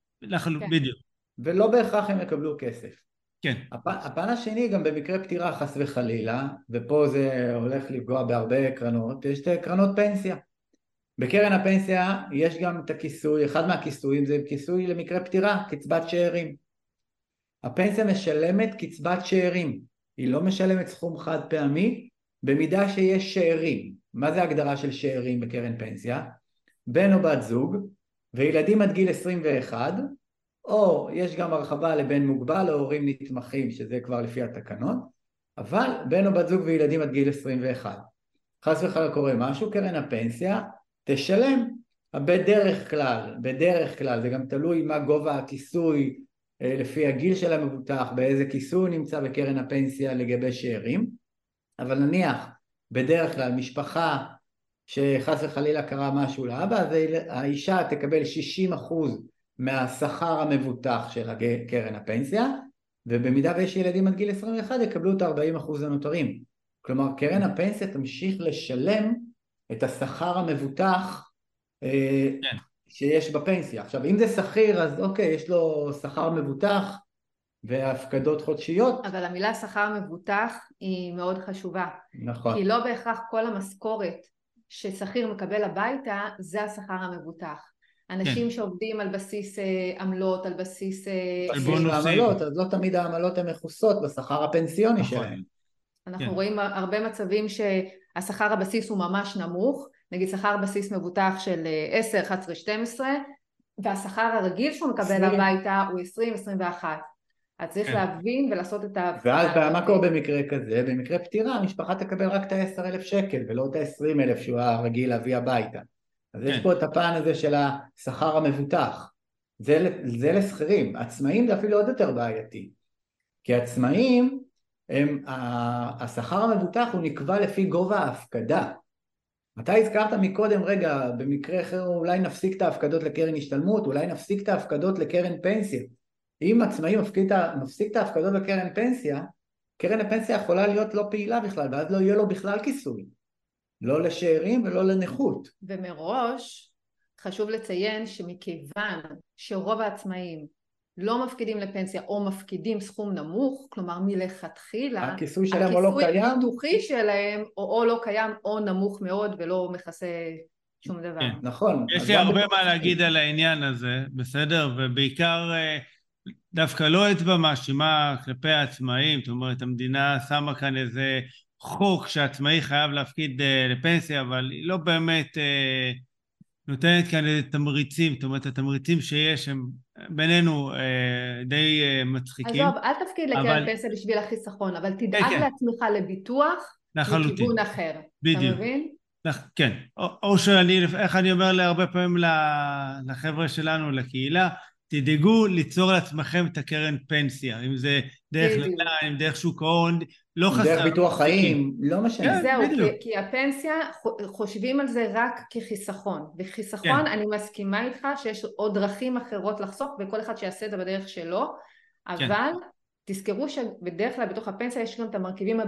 בדיוק. ולא בהכרח הם יקבלו כסף. כן. הפן השני גם במקרה פטירה חס וחלילה, ופה זה הולך לפגוע בהרבה קרנות, יש את קרנות פנסיה. בקרן הפנסיה יש גם את הכיסוי, אחד מהכיסויים זה כיסוי למקרה פטירה, קצבת שאירים. הפנסיה משלמת קצבת שאירים, היא לא משלמת סכום חד פעמי, במידה שיש שאירים. מה זה הגדרה של שאירים בקרן פנסיה? בן או בת זוג, וילדים עד גיל עשרים ואחת, או יש גם הרחבה לבן מוגבל או הורים נתמכים, שזה כבר לפי התקנון, אבל בן או בת זוג וילדים עד גיל עשרים ואחת. חס וחלילה קורה משהו, קרן הפנסיה תשלם בדרך כלל, בדרך כלל, זה גם תלוי מה גובה הכיסוי לפי הגיל של המבוטח, באיזה כיסוי נמצא בקרן הפנסיה לגבי שאירים, אבל נניח בדרך כלל משפחה שחס וחלילה קרה משהו לאבא, אז האישה תקבל שישים אחוז מהשכר המבוטח של קרן הפנסיה, ובמידה ויש ילדים עד גיל עשרים ואחת יקבלו את ארבעים אחוז הנותרים. כלומר, קרן הפנסיה תמשיך לשלם את השכר המבוטח כן. שיש בפנסיה. עכשיו, אם זה שכיר, אז אוקיי, יש לו שכר מבוטח והפקדות חודשיות. אבל המילה שכר מבוטח היא מאוד חשובה. נכון. כי לא בהכרח כל המשכורת ששכיר מקבל הביתה, זה השכר המבוטח. אנשים כן. שעובדים על בסיס עמלות, על בסיס... על עמלות, אז לא תמיד העמלות הן מכוסות בשכר הפנסיוני נכון. שלהם. אנחנו כן. רואים הרבה מצבים שהשכר הבסיס הוא ממש נמוך, נגיד שכר בסיס מבוטח של עשר, אחת עשרה, שתים עשרה, והשכר הרגיל שהוא מקבל הביתה הוא עשרים, עשרים ואחת. אז צריך כן. להבין ולעשות את ה... ואז מה קורה במקרה כזה? במקרה פטירה, המשפחה תקבל רק את ה-עשרת אלפים שקל, ולא את ה-עשרים אלף שהוא הרגיל להביא הביתה. אז כן. יש פה את הפן הזה של השכר המבוטח. זה, זה לסחירים. עצמאים זה אפילו עוד יותר בעייתי. כי עצמאים, הם, השכר המבוטח הוא נקבע לפי גובה ההפקדה. אתה הזכרת מקודם, רגע, במקרה אחר אולי נפסיק את ההפקדות לקרן השתלמות, אולי נפסיק את ההפקדות לקרן פנסיה. אם עצמאי מפסיק, מפסיק את ההפקדות לקרן פנסיה, קרן הפנסיה יכולה להיות לא פעילה בכלל, ואז לא יהיה לו בכלל כיסוי. לא לשארים ולא לנכות. ומראש חשוב לציין שמכיוון שרוב העצמאים לא מפקידים לפנסיה או מפקידים סכום נמוך, כלומר מלכתחילה, הכיסוי שלהם או לא קיים, הכיסוי הביטוחי שלהם או, או לא קיים או נמוך מאוד ולא מכסה שום דבר. כן. נכון. יש לי הרבה מה להגיד על העניין הזה, בסדר? ובעיקר דווקא לא אצבע מאשימה כלפי העצמאים, זאת אומרת המדינה שמה כאן איזה חוק שהעצמאי חייב להפקיד לפנסיה, אבל היא לא באמת נותנת כאן איזה תמריצים, זאת אומרת התמריצים שיש הם בינינו די מצחיקים. עזוב, אל תפקיד לקרן פנסיה בשביל החיסכון, אבל תדאג לעצמך לביטוח לכיוון אחר. בדיוק. אתה מבין? כן, או, או שאני, איך אני אומר להרבה פעמים לחבר'ה שלנו, לקהילה, תדאגו ליצור לעצמכם את הקרן פנסיה, אם זה דרך נדל"ן, אם דרך שוק ההון, לא חסר. דרך ביטוח חיים, לא משנה. זהו, כי, כי הפנסיה חושבים על זה רק כחיסכון, וחיסכון אני מסכימה איתך שיש עוד דרכים אחרות לחסוך, וכל אחד שיעשה את זה בדרך שלו, אבל תזכרו שבדרך כלל בתוך הפנסיה יש גם את המרכיבים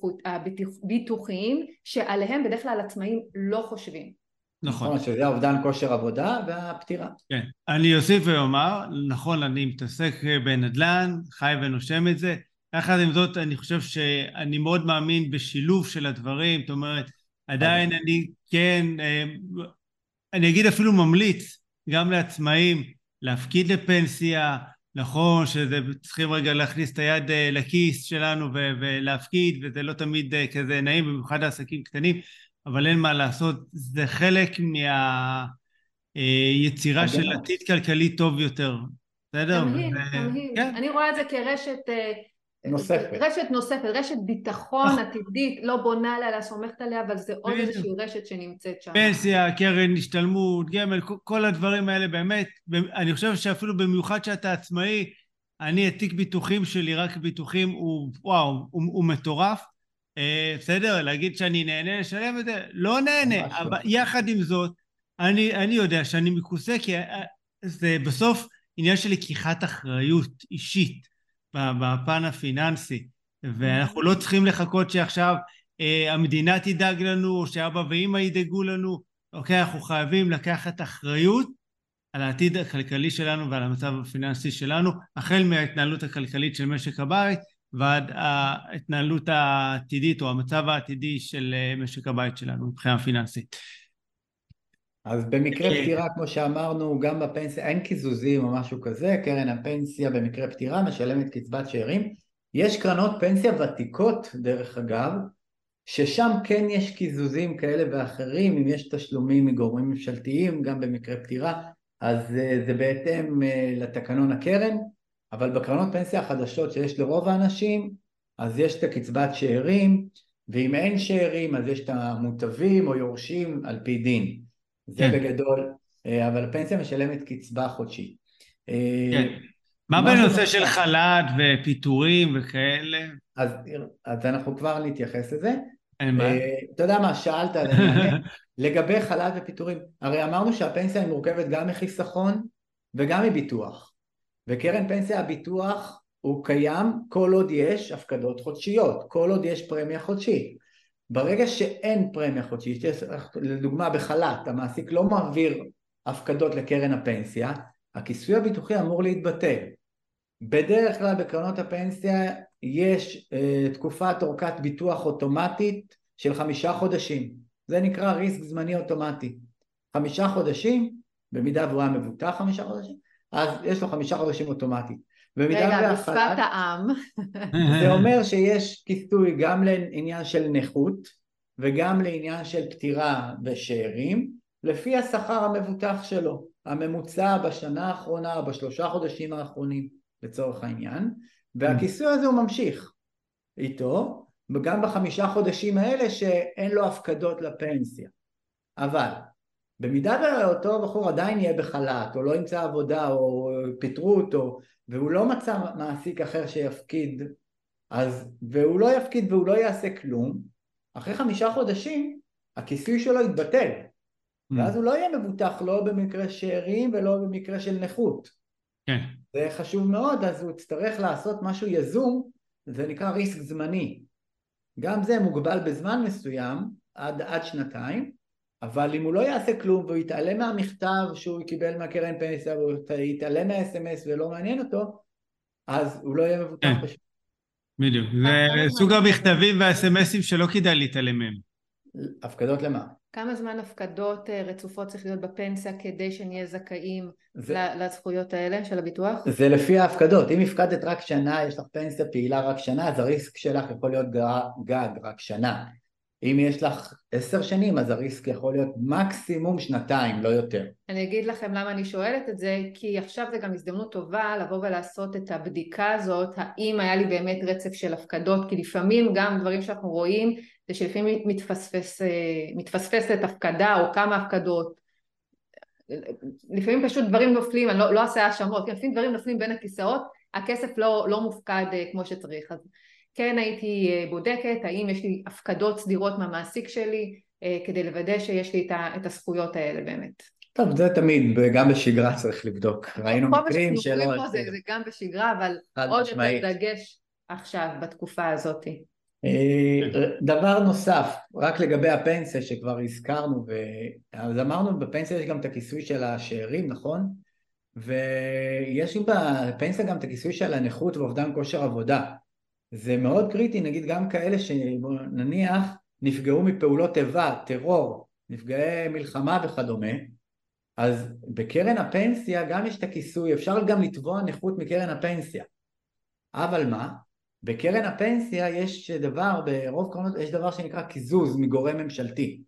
הביטוחיים, שעליהם בדרך כלל עצמאים לא חושבים. נכון, שזה האובדן כושר עבודה והפטירה. כן, אני אוסיף ואומר, נכון, אני מתעסק בנדל"ן, חי ונושם את זה, יחד עם זאת אני חושב שאני מאוד מאמין בשילוב של הדברים, זאת אומרת, עדיין אני כן, אני אגיד אפילו ממליץ גם לעצמאים להפקיד לפנסיה, נכון שזה צריכים רגע להכניס את היד לכיס שלנו ולהפקיד, וזה לא תמיד כזה נעים, במיוחד העסקים קטנים, אבל אין מה לעשות, זה חלק מהיצירה של עתיד כלכלי טוב יותר. בסדר? תמהיל, תמהיל. אני רואה את זה כרשת נוספת. רשת נוספת, רשת ביטחון עתידית, לא בונה עליה, סומכת עליה, אבל זה עוד איזושהי רשת שנמצאת שם. פנסיה, קרן, השתלמות, גמל, כל הדברים האלה באמת, אני חושב שאפילו במיוחד שאתה עצמאי, אני התיק ביטוחים שלי, רק ביטוחים, הוא, וואו, הוא, הוא מטורף. בסדר, להגיד שאני נהנה לשלם את זה, לא נהנה, אבל יחד עם זאת, אני, אני יודע שאני מכוסה, כי זה בסוף עניין של לקיחת אחריות אישית בפן הפיננסי, ואנחנו לא צריכים לחכות שעכשיו אה, המדינה תדאג לנו, או שאבא ואמא ידאגו לנו, אוקיי, אנחנו חייבים לקחת אחריות על העתיד הכלכלי שלנו ועל המצב הפיננסי שלנו, החל מההתנהלות הכלכלית של משק הבית, ועד ההתנהלות העתידית או המצב העתידי של משק הבית שלנו מבחינה פיננסית. אז במקרה פטירה, כמו שאמרנו, גם בפנסיה אין קיזוזים או משהו כזה, קרן הפנסיה במקרה פטירה משלמת קצבת שאירים. יש קרנות פנסיה ותיקות, דרך אגב, ששם כן יש קיזוזים כאלה ואחרים, אם יש תשלומים מגורמים ממשלתיים, גם במקרה פטירה, אז זה בהתאם לתקנון הקרן, אבל בקרנות פנסיה החדשות שיש לרוב האנשים, אז יש את הקצבת שאירים, ואם אין שאירים, אז יש את המוטבים או יורשים על פי דין. זה כן. בגדול, אבל הפנסיה משלמת קצבה חודשית. כן. מה בנושא של חל"ת ופיטורים וכאלה? אז, אז אנחנו כבר נתייחס לזה. אתה יודע מה, שאלת על העניין. לגבי חל"ת ופיטורים, הרי אמרנו שהפנסיה היא מורכבת גם מחיסכון וגם מביטוח. וקרן פנסיה הביטוח הוא קיים כל עוד יש הפקדות חודשיות, כל עוד יש פרמיה חודשית. ברגע שאין פרמיה חודשית, לדוגמה בחל"ת, המעסיק לא מעביר הפקדות לקרן הפנסיה, הכיסוי הביטוחי אמור להתבטל. בדרך כלל בקרנות הפנסיה יש uh, תקופת אורכת ביטוח אוטומטית של חמישה חודשים. זה נקרא ריסק זמני אוטומטי. חמישה חודשים, במידה והוא היה מבוטח חמישה חודשים, אז יש לו חמישה חודשים אוטומטית. רגע, בשפת העם. זה אומר שיש כיסוי גם לעניין של נכות, וגם לעניין של פטירה ושאירים, לפי השכר המבוטח שלו, הממוצע בשנה האחרונה, בשלושה חודשים האחרונים, לצורך העניין, והכיסוי הזה הוא ממשיך איתו, וגם בחמישה חודשים האלה שאין לו הפקדות לפנסיה. אבל במידה ואותו בחור עדיין יהיה בחל"ת, או לא ימצא עבודה, או פיטרו אותו, והוא לא מצא מעסיק אחר שיפקיד, אז, והוא לא יפקיד והוא לא יעשה כלום, אחרי חמישה חודשים, הכיסוי שלו יתבטל, ואז הוא לא יהיה מבוטח לא במקרה שאירים ולא במקרה של נכות. כן. זה חשוב מאוד, אז הוא יצטרך לעשות משהו יזום, זה נקרא ריסק זמני. גם זה מוגבל בזמן מסוים, עד, עד שנתיים, אבל אם הוא לא יעשה כלום והוא יתעלם מהמכתב שהוא קיבל מהקרן פנסיה, והוא יתעלם מה-אס אם אס ולא מעניין אותו, אז הוא לא יהיה מבוטח כן. פשוט. בדיוק. זה סוג המכתבים וה-אס אם אסים שלא כדאי להתעלם מהם. הפקדות למה? כמה זמן הפקדות רצופות צריך להיות בפנסיה כדי שנהיה זכאים זה, לזכויות האלה של הביטוח? זה לפי ההפקדות. אם הפקדת רק שנה, יש לך פנסיה פעילה רק שנה, אז הריסק שלך יכול להיות גג רק שנה. אם יש לך עשר שנים, אז הריסק יכול להיות מקסימום שנתיים, לא יותר. אני אגיד לכם למה אני שואלת את זה, כי עכשיו זה גם הזדמנות טובה לבוא ולעשות את הבדיקה הזאת, האם היה לי באמת רצף של הפקדות, כי לפעמים גם דברים שאנחנו רואים, זה שלפעמים מתפספס, מתפספסת הפקדה או כמה הפקדות, לפעמים פשוט דברים נופלים, אני לא, לא אעשה האשמות, לפעמים דברים נופלים בין הכיסאות, הכסף לא, לא מופקד כמו שצריך, אז כן הייתי בודקת האם יש לי הפקדות סדירות מהמעסיק שלי, כדי לוודא שיש לי את הזכויות האלה באמת. טוב, זה תמיד, גם בשגרה צריך לבדוק. ראינו מקרים שלא... פה זה, זה גם בשגרה, אבל עוד יותר דגש עכשיו, בתקופה הזאת. דבר נוסף, רק לגבי הפנסיה שכבר הזכרנו, אז אמרנו בפנסיה יש גם את הכיסוי של השאירים, נכון? ויש בפנסיה גם את הכיסוי של הנכות ואובדן כושר עבודה. זה מאוד קריטי, נגיד גם כאלה שנניח נפגעו מפעולות איבה, טרור, נפגעי מלחמה וכדומה, אז בקרן הפנסיה גם יש את הכיסוי, אפשר גם לתבוע נכות מקרן הפנסיה. אבל מה? בקרן הפנסיה יש דבר, ברוב קרנות יש דבר שנקרא קיזוז מגורם ממשלתי.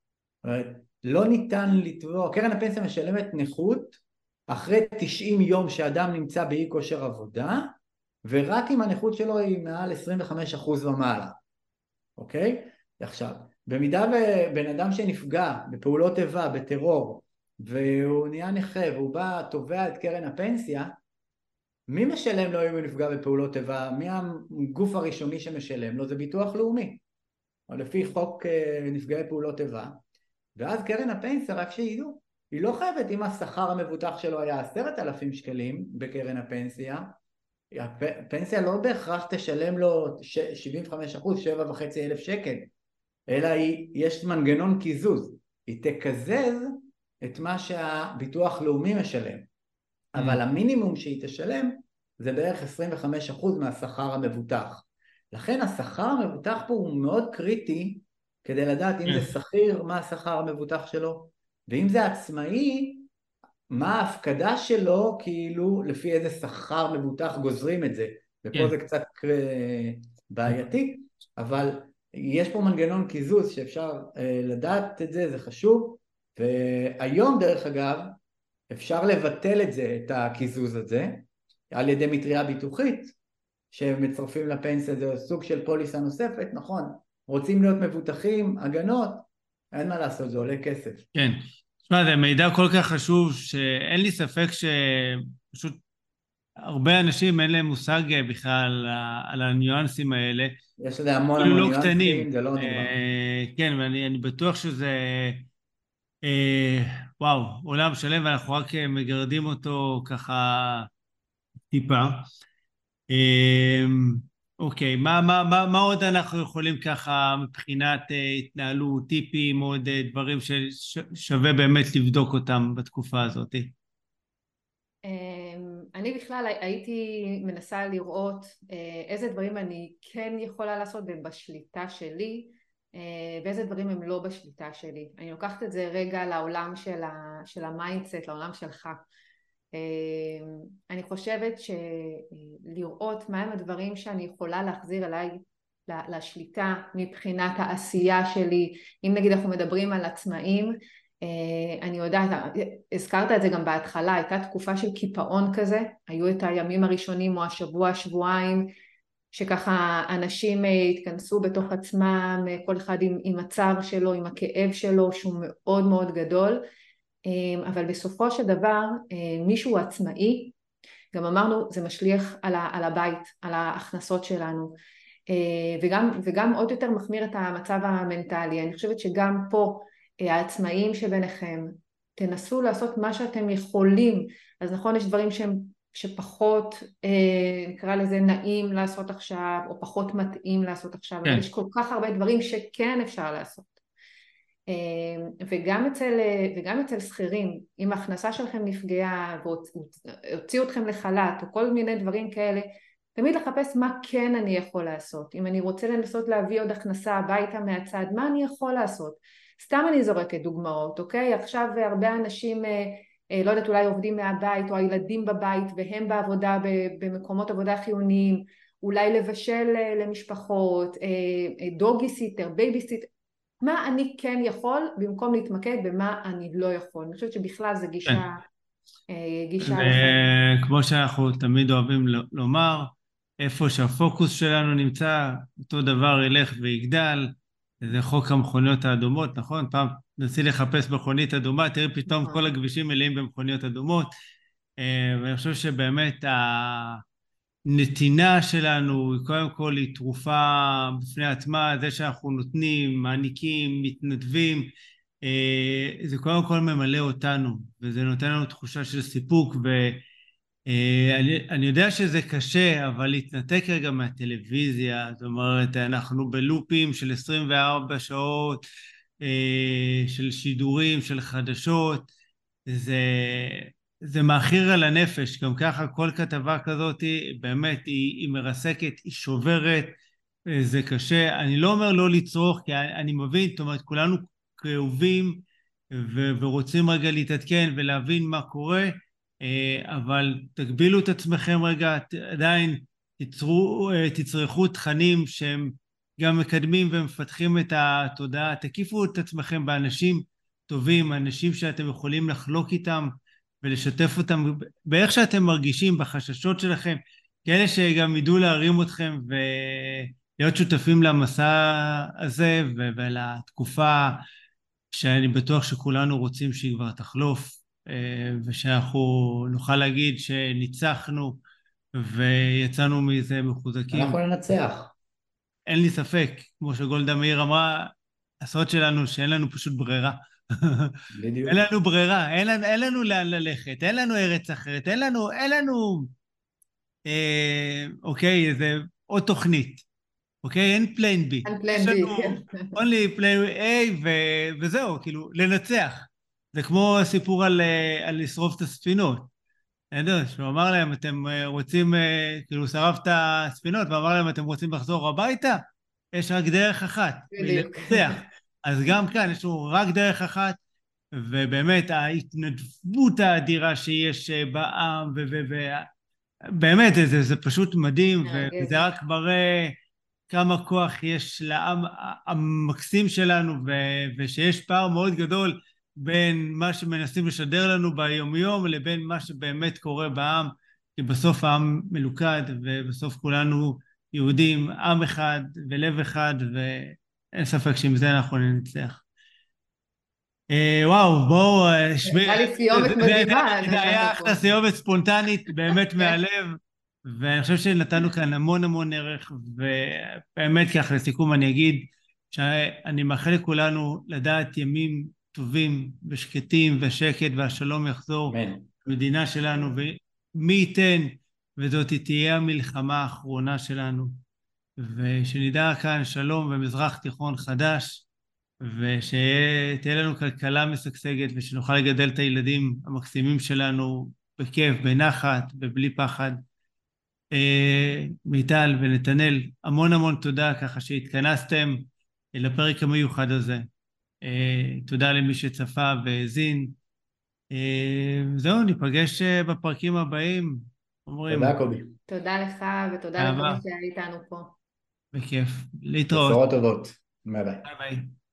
לא ניתן לתבוע, קרן הפנסיה משלמת נכות אחרי תשעים יום שאדם נמצא באי כושר עבודה, ורק אם הנכות שלו היא מעל עשרים וחמישה אחוז ומעלה. אוקיי? עכשיו, במידה ובן אדם שנפגע בפעולות איבה, בטרור, והוא נהיה נכה והוא בא, תובע את קרן הפנסיה, מי משלם לו אם הוא נפגע בפעולות איבה? מי הגוף הראשוני שמשלם לו? זה ביטוח לאומי, או לפי חוק נפגעי פעולות איבה. ואז קרן הפנסיה, רק שידעו, היא לא חייבת, אם השכר המבוטח שלו היה עשרת אלפים שקלים בקרן הפנסיה, הפנסיה לא בהכרח תשלם לו שבעים וחמישה אחוז, שבע וחצי אלף שקל, אלא היא, יש מנגנון קיזוז, היא תקזז את מה שהביטוח לאומי משלם, אבל המינימום שהיא תשלם זה בערך עשרים וחמישה אחוז מהשכר המבוטח. לכן השכר המבוטח פה הוא מאוד קריטי, כדי לדעת אם זה שכיר, מה השכר המבוטח שלו, ואם זה עצמאי, מה ההפקדה שלו, כאילו לפי איזה שכר מבוטח גוזרים את זה. ופה זה קצת בעייתי, אבל יש פה מנגנון קיזוז שאפשר לדעת את זה, זה חשוב, והיום דרך אגב, אפשר לבטל את זה, את הקיזוז הזה, על ידי מטריה ביטוחית, שמצרפים לפנסיה, זה סוג של פוליסה נוספת, נכון, רוצים להיות מבוטחים, הגנות, אין מה לעשות, זה עולה כסף. כן, תשמע, זה מידע כל כך חשוב, שאין לי ספק שפשוט הרבה אנשים אין להם מושג בכלל על הניואנסים האלה. יש לזה המון המון לא ניואנסים, קטנים. זה לא נורא. כן, ואני אני בטוח שזה... וואו, עולם שלם, ואנחנו רק מגרדים אותו ככה טיפה. אוקיי, מה, מה, מה, מה עוד אנחנו יכולים ככה מבחינת התנהלות, טיפים, עוד דברים ששווה באמת לבדוק אותם בתקופה הזאת? אני בכלל הייתי מנסה לראות איזה דברים אני כן יכולה לעשות בשליטה שלי, ואיזה דברים הם לא בשליטה שלי. אני לוקחת את זה רגע לעולם של, ה, של המיינדסט, לעולם שלך. אני חושבת שלראות מהם הדברים שאני יכולה להחזיר אליי לשליטה מבחינת העשייה שלי. אם נגיד אנחנו מדברים על עצמאים, אני יודעת, הזכרת את זה גם בהתחלה, הייתה תקופה של קיפאון כזה, היו את הימים הראשונים או השבוע, שבועיים, שככה אנשים התכנסו בתוך עצמם, כל אחד עם, עם הצער שלו, עם הכאב שלו, שהוא מאוד מאוד גדול, אבל בסופו של דבר מישהו עצמאי, גם אמרנו זה משליך על, ה, על הבית, על ההכנסות שלנו, וגם, וגם עוד יותר מחמיר את המצב המנטלי. אני חושבת שגם פה העצמאים שביניכם, תנסו לעשות מה שאתם יכולים. אז נכון, יש דברים שהם, שפחות, נקרא לזה, נעים לעשות עכשיו, או פחות מתאים לעשות עכשיו, כן. אבל יש כל כך הרבה דברים שכן אפשר לעשות. וגם אצל, וגם אצל שכירים, אם ההכנסה שלכם נפגעה, והוציאו אתכם לחל"ת, או כל מיני דברים כאלה, תמיד לחפש מה כן אני יכול לעשות. אם אני רוצה לנסות להביא עוד הכנסה הביתה מהצד, מה אני יכול לעשות? סתם אני זורקת דוגמאות, אוקיי? עכשיו הרבה אנשים, לא יודעת, אולי עובדים מהבית, או הילדים בבית, והם בעבודה, במקומות עבודה חיוניים, אולי לבשל למשפחות, דוגי סיטר, בייבי סיטר, מה אני כן יכול, במקום להתמקד במה אני לא יכול. אני חושבת שבכלל זה גישה, גישה לחיים. וכמו שאנחנו תמיד אוהבים לומר, איפה שהפוקוס שלנו נמצא, אותו דבר ילך ויגדל. זה חוק המכוניות האדומות, נכון? פעם נסי לחפש מכונית אדומה, תראי פתאום כל הכבישים מלאים במכוניות אדומות. ואני חושב שבאמת הנתינה שלנו היא קודם כל היא תרופה בפני עצמה, זה שאנחנו נותנים, מעניקים, מתנדבים, זה קודם כל ממלא אותנו, וזה נותן לנו תחושה של סיפוק, ואני אני יודע שזה קשה, אבל להתנתק רגע מהטלוויזיה, זאת אומרת, אנחנו בלופים של עשרים וארבע שעות, של שידורים, של חדשות, זה, זה מאחיר על הנפש, גם ככה כל כתבה כזאת, באמת, היא, היא מרסקת, היא שוברת, זה קשה. אני לא אומר לא לצרוך, כי אני מבין, זאת אומרת, כולנו כאובים ו- ורוצים רגע להתעדכן ולהבין מה קורה, אבל תגבילו את עצמכם רגע, עדיין תצרו, תצרכו תכנים שהם גם מקדמים ומפתחים את התודעה, תקיפו את עצמכם באנשים טובים, אנשים שאתם יכולים לחלוק איתם ולשתף אותם באיך שאתם מרגישים, בחששות שלכם, כאלה שגם ידעו להרים אתכם ולהיות שותפים למסע הזה ולתקופה שאני בטוח שכולנו רוצים שהיא כבר תחלוף, ושאנחנו נוכל להגיד שניצחנו ויצאנו מזה מחוזקים. אנחנו ננצח. אין לי ספק, כמו שגולדה מאיר אמרה, הסוד שלנו שאין לנו פשוט ברירה. בדיוק. אין לנו ברירה, אין לנו, אין לנו לאן ללכת, אין לנו ארץ אחרת, אין לנו, אין לנו, אה, אוקיי, זה עוד תוכנית, אוקיי, אין פליין בי. אין פליין בי, כן. only פליין A, ו, וזהו, כאילו, לנצח. זה כמו הסיפור על, על לשרוף את הספינות. אני יודע, שהוא אמר להם, אתם רוצים, כאילו, הוא שרף את הספינות, ואמר להם, אתם רוצים לחזור הביתה? יש רק דרך אחת, לנצח. אז גם כאן יש לנו רק דרך אחת, ובאמת ההתנדבות האדירה שיש בעם, ובאמת זה, זה פשוט מדהים, וזה רק מראה כמה כוח יש לעם המקסים שלנו, ושיש פער מאוד גדול בין מה שמנסים לשדר לנו ביום-יום, לבין מה שבאמת קורה בעם, כי בסוף העם מלוכד, ובסוף כולנו יהודים, עם אחד ולב אחד, ואין ספק שעם זה אנחנו ננצח. וואו, בואו, שמי... היה לי סיומת מדהימה. זה היה אחלה סיומת ספונטנית, באמת מהלב, ואני חושב שנתנו כאן המון המון ערך, ובאמת כך לסיכום אני אגיד, שאני מאחל לכולנו לדעת ימים טובים ושקטים ושקט, והשלום יחזור למדינה שלנו, ומי ייתן, וזאת תהיה המלחמה האחרונה שלנו, ושנדע כאן שלום ומזרח תיכון חדש, ושתהיה לנו כלכלה משגשגת, ושנוכל לגדל את הילדים המקסימים שלנו בכיף, בנחת, ובלי פחד. מיטל ונתנאל, המון המון תודה ככה שהתכנסתם לפרק המיוחד הזה. תודה למי שצפה והאזין. זהו, ניפגש בפרקים הבאים. תודה קובי. תודה לך ותודה לכל מי שהיה איתנו פה. בכיף. להתראות. בשורות טובות. ביי ביי. ביי ביי.